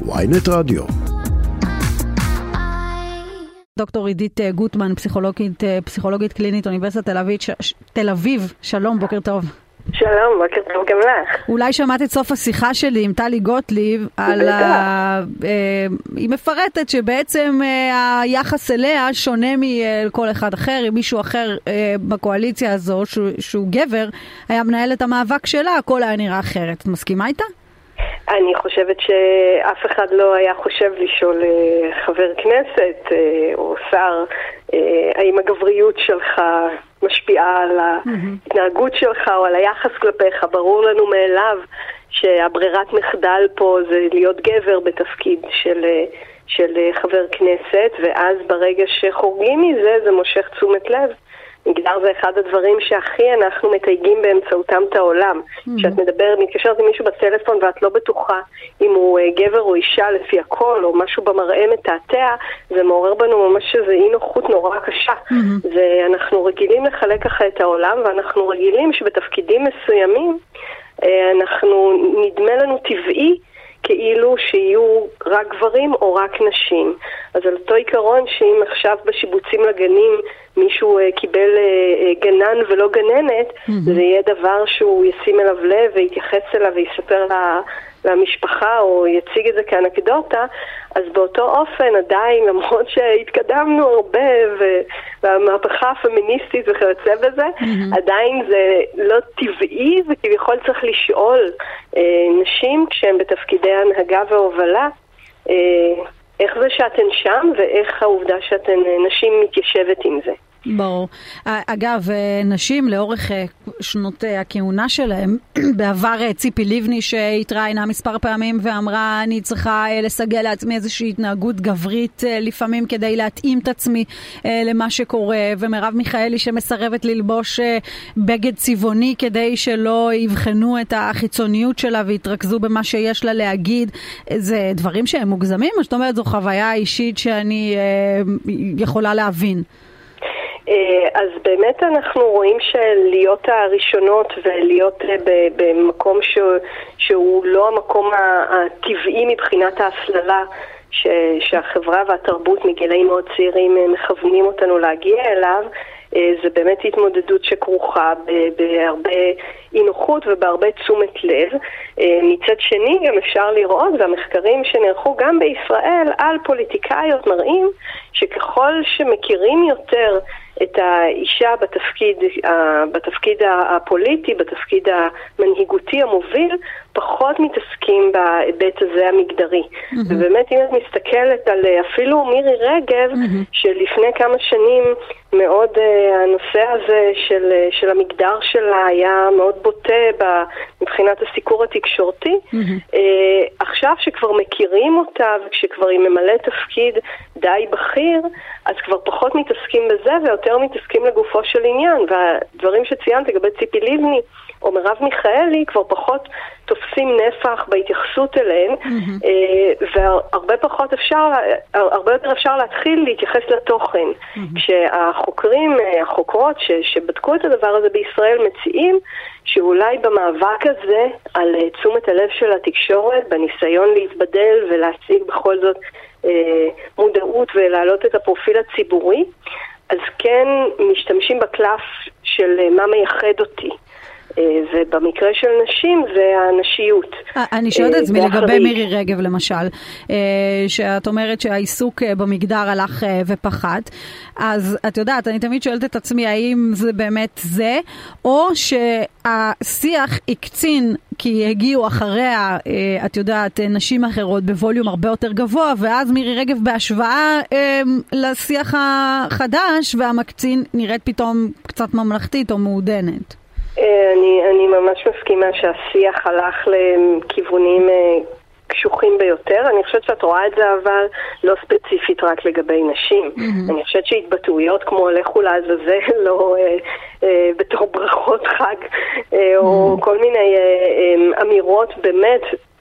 ynet רדיו. דוקטור עידית גוטמן, פסיכולוגית קלינית, אוניברסיטת תל אביב. שלום, בוקר טוב. שלום, בוקר טוב גם לך. אולי שמעת את סוף השיחה שלי עם טלי גוטליב, היא מפרטת שבעצם היחס אליה שונה מכל אחד אחר. אם מישהו אחר בקואליציה הזו, שהוא גבר, היה מנהל את המאבק שלה, הכל היה נראה אחרת. את מסכימה איתה? אני חושבת שאף אחד לא היה חושב לשאול חבר כנסת או שר האם הגבריות שלך משפיעה על ההתנהגות שלך או על היחס כלפיך. ברור לנו מאליו שהברירת מחדל פה זה להיות גבר בתפקיד של חבר כנסת, ואז ברגע שחורגים מזה זה מושך תשומת לב. מגדר זה אחד הדברים שהכי אנחנו מתייגים באמצעותם את העולם. כשאת מתקשרת עם מישהו בטלפון ואת לא בטוחה אם הוא גבר או אישה לפי הכל, או משהו במראה מתעתע, זה מעורר בנו ממש איזו אי נוחות נורא קשה. ואנחנו רגילים לחלק ככה את העולם, ואנחנו רגילים שבתפקידים מסוימים נדמה לנו טבעי כאילו שיהיו רק גברים או רק נשים. אז על אותו עיקרון שאם עכשיו בשיבוצים לגנים מישהו קיבל גנן ולא גננת, זה יהיה דבר שהוא ישים אליו לב ויתייחס אליו ויספר למשפחה או יציג את זה כאנקדוטה. אז באותו אופן עדיין, למרות שהתקדמנו הרבה והמהפכה הפמיניסטית וכיוצא בזה, עדיין זה לא טבעי, וכביכול צריך לשאול נשים כשהן בתפקידי הנהגה והובלה, איך זה שאתן שם ואיך העובדה שאתן נשים מתיישבת עם זה. ברור. אגב, נשים לאורך שנות הכהונה שלהם, בעבר ציפי לבני שהתראיינה מספר פעמים ואמרה אני צריכה לסגל לעצמי איזושהי התנהגות גברית לפעמים כדי להתאים את עצמי למה שקורה, ומרב מיכאלי שמסרבת ללבוש בגד צבעוני כדי שלא יבחנו את החיצוניות שלה ויתרכזו במה שיש לה להגיד. זה דברים שהם מוגזמים? זאת אומרת, זו חוויה אישית שאני יכולה להבין. אז באמת אנחנו רואים שלהיות הראשונות ולהיות במקום שהוא לא המקום הטבעי מבחינת ההסללה שהחברה והתרבות מגילאים מאוד צעירים מכוונים אותנו להגיע אליו, זה באמת התמודדות שכרוכה בהרבה אי-נוחות ובהרבה תשומת לב. מצד שני גם אפשר לראות, והמחקרים שנערכו גם בישראל על פוליטיקאיות מראים שככל שמכירים יותר את האישה בתפקיד הפוליטי, בתפקיד המנהיגותי המוביל, פחות מתעסקים בהיבט הזה המגדרי. ובאמת אם את מסתכלת על אפילו מירי רגב, שלפני כמה שנים מאוד הנושא הזה של המגדר שלה היה מאוד בוטה מבחינת הסיקור התקשורתי, עכשיו שכבר מכירים אותה וכשכבר היא ממלאת תפקיד די בכיר, אז כבר פחות מתעסקים בזה ויותר מתעסקים לגופו של עניין. והדברים שציינת לגבי ציפי לבני או מרב מיכאלי כבר פחות תופסים נפח בהתייחסות אליהן, והרבה יותר אפשר להתחיל להתייחס לתוכן. כשהחוקרים, החוקרות שבדקו את הדבר הזה בישראל מציעים שאולי במאבק הזה על תשומת הלב של התקשורת, בניסיון להתבדל ולהציג בכל זאת מודעות ולהעלות את הפרופיל הציבורי, אז כן משתמשים בקלף של מה מייחד אותי. ובמקרה של נשים זה הנשיות. אני שואלת את עצמי לגבי מירי רגב למשל, שאת אומרת שהעיסוק במגדר הלך ופחת, אז את יודעת, אני תמיד שואלת את עצמי האם זה באמת זה, או שהשיח הקצין כי הגיעו אחריה, את יודעת, נשים אחרות בווליום הרבה יותר גבוה, ואז מירי רגב בהשוואה לשיח החדש והמקצין נראית פתאום קצת ממלכתית או מעודנת. אני ממש מסכימה שהשיח הלך לכיוונים קשוחים ביותר. אני חושבת שאת רואה את זה אבל לא ספציפית רק לגבי נשים. אני חושבת שהתבטאויות כמו לכו לעזאזל או בתור ברכות חג או כל מיני אמירות באמת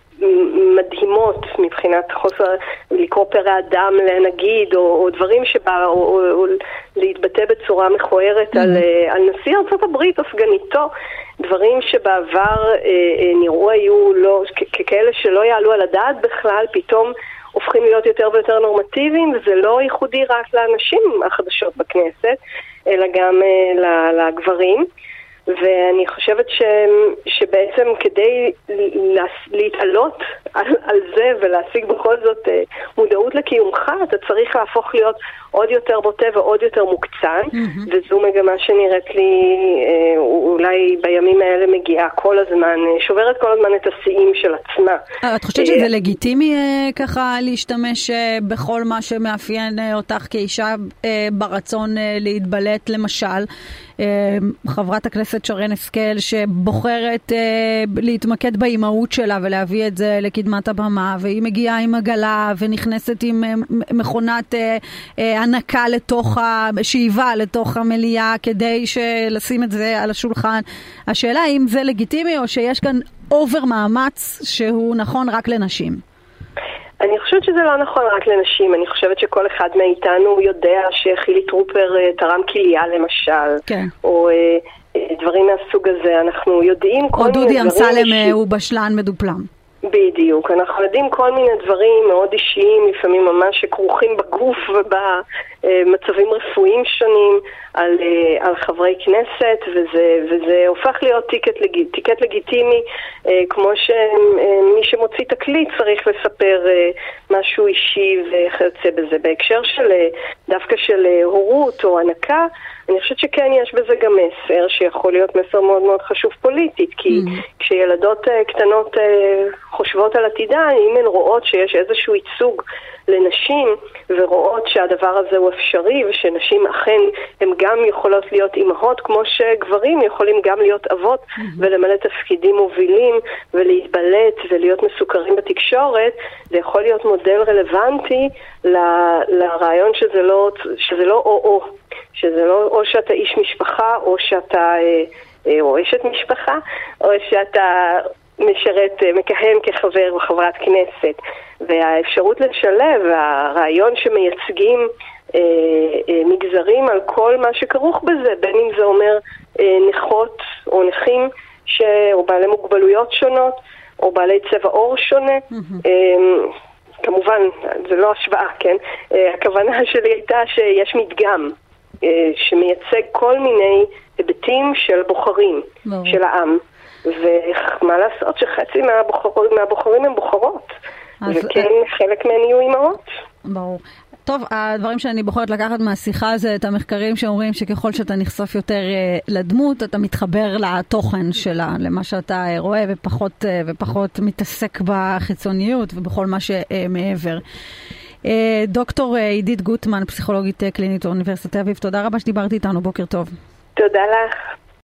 מדהימות מבחינת חוסר לקרוא פרא אדם לנגיד או דברים שבא או להתבטא בצורה מכוערת על נשיא ארצות הברית או סגניתו, דברים שבעבר נראו היו ככאלה שלא יעלו על הדעת בכלל, פתאום הופכים להיות יותר ויותר נורמטיביים, וזה לא ייחודי רק לאנשים החדשות בכנסת, אלא גם לגברים. ואני חושבת שבעצם כדי להתעלות על זה ולהשיג בכל זאת מודעות לקיומך, אתה צריך להפוך להיות עוד יותר בוטה ועוד יותר מוקצן, וזו מגמה שנראית לי אולי בימים האלה מגיעה כל הזמן, שוברת כל הזמן את השיאים של עצמה. את חושבת שזה לגיטימי ככה להשתמש בכל מה שמאפיין אותך כאישה ברצון להתבלט, למשל חברת הכנסת שרן השכל שבוחרת להתמקד באימהות שלה ולהביא את זה לקדמת הבמה, והיא מגיעה עם עגלה ונכנסת עם מכונת הנקה לתוך השאיבה, לתוך המליאה, כדי לשים את זה על השולחן. השאלה האם זה לגיטימי או שיש כאן אובר מאמץ שהוא נכון רק לנשים? אני חושבת שזה לא נכון רק לנשים, אני חושבת שכל אחד מאיתנו יודע שחילי טרופר תרם כליה למשל, כן. או דברים מהסוג הזה, אנחנו יודעים כל מיני דברים... או דודי אמסלם הוא בשלן מדופלם. בדיוק, אנחנו יודעים כל מיני דברים מאוד אישיים, לפעמים ממש שכרוכים בגוף ובמצבים רפואיים שונים על חברי כנסת, וזה הופך להיות טיקט לגיטימי, כמו שמי שמוציא תקליט צריך לספר משהו אישי וכיוצא בזה. בהקשר דווקא של הורות או הנקה, אני חושבת שכן יש בזה גם מסר, שיכול להיות מסר מאוד מאוד חשוב פוליטית, כי כשילדות קטנות חושבות על עתידה, אם הן רואות שיש איזשהו ייצוג לנשים, ורואות שהדבר הזה הוא אפשרי, ושנשים אכן הן גם יכולות להיות אימהות, כמו שגברים יכולים גם להיות אבות, ולמלא תפקידים מובילים, ולהתבלט ולהיות מסוכרים בתקשורת, זה יכול להיות מודל רלוונטי לרעיון שזה לא או-או. שזה לא או שאתה איש משפחה, או שאתה או אשת משפחה, או שאתה מכהן כחבר וחברת כנסת. והאפשרות לשלב, הרעיון שמייצגים מגזרים על כל מה שכרוך בזה, בין אם זה אומר נכות או נכים, או בעלי מוגבלויות שונות, או בעלי צבע עור שונה, כמובן, זה לא השוואה, כן? הכוונה שלי הייתה שיש מדגם שמייצג כל מיני היבטים של בוחרים, של העם. ומה לעשות שחצי מהבוחרים הם בוחרות, וכן חלק מהן יהיו אימהות. ברור. טוב, הדברים שאני בוחרת לקחת מהשיחה זה את המחקרים שאומרים שככל שאתה נחשף יותר לדמות, אתה מתחבר לתוכן שלה, למה שאתה רואה, ופחות מתעסק בחיצוניות ובכל מה שמעבר. דוקטור עידית גוטמן, פסיכולוגית קלינית באוניברסיטת תל אביב, תודה רבה שדיברתי איתנו, בוקר טוב. תודה לך.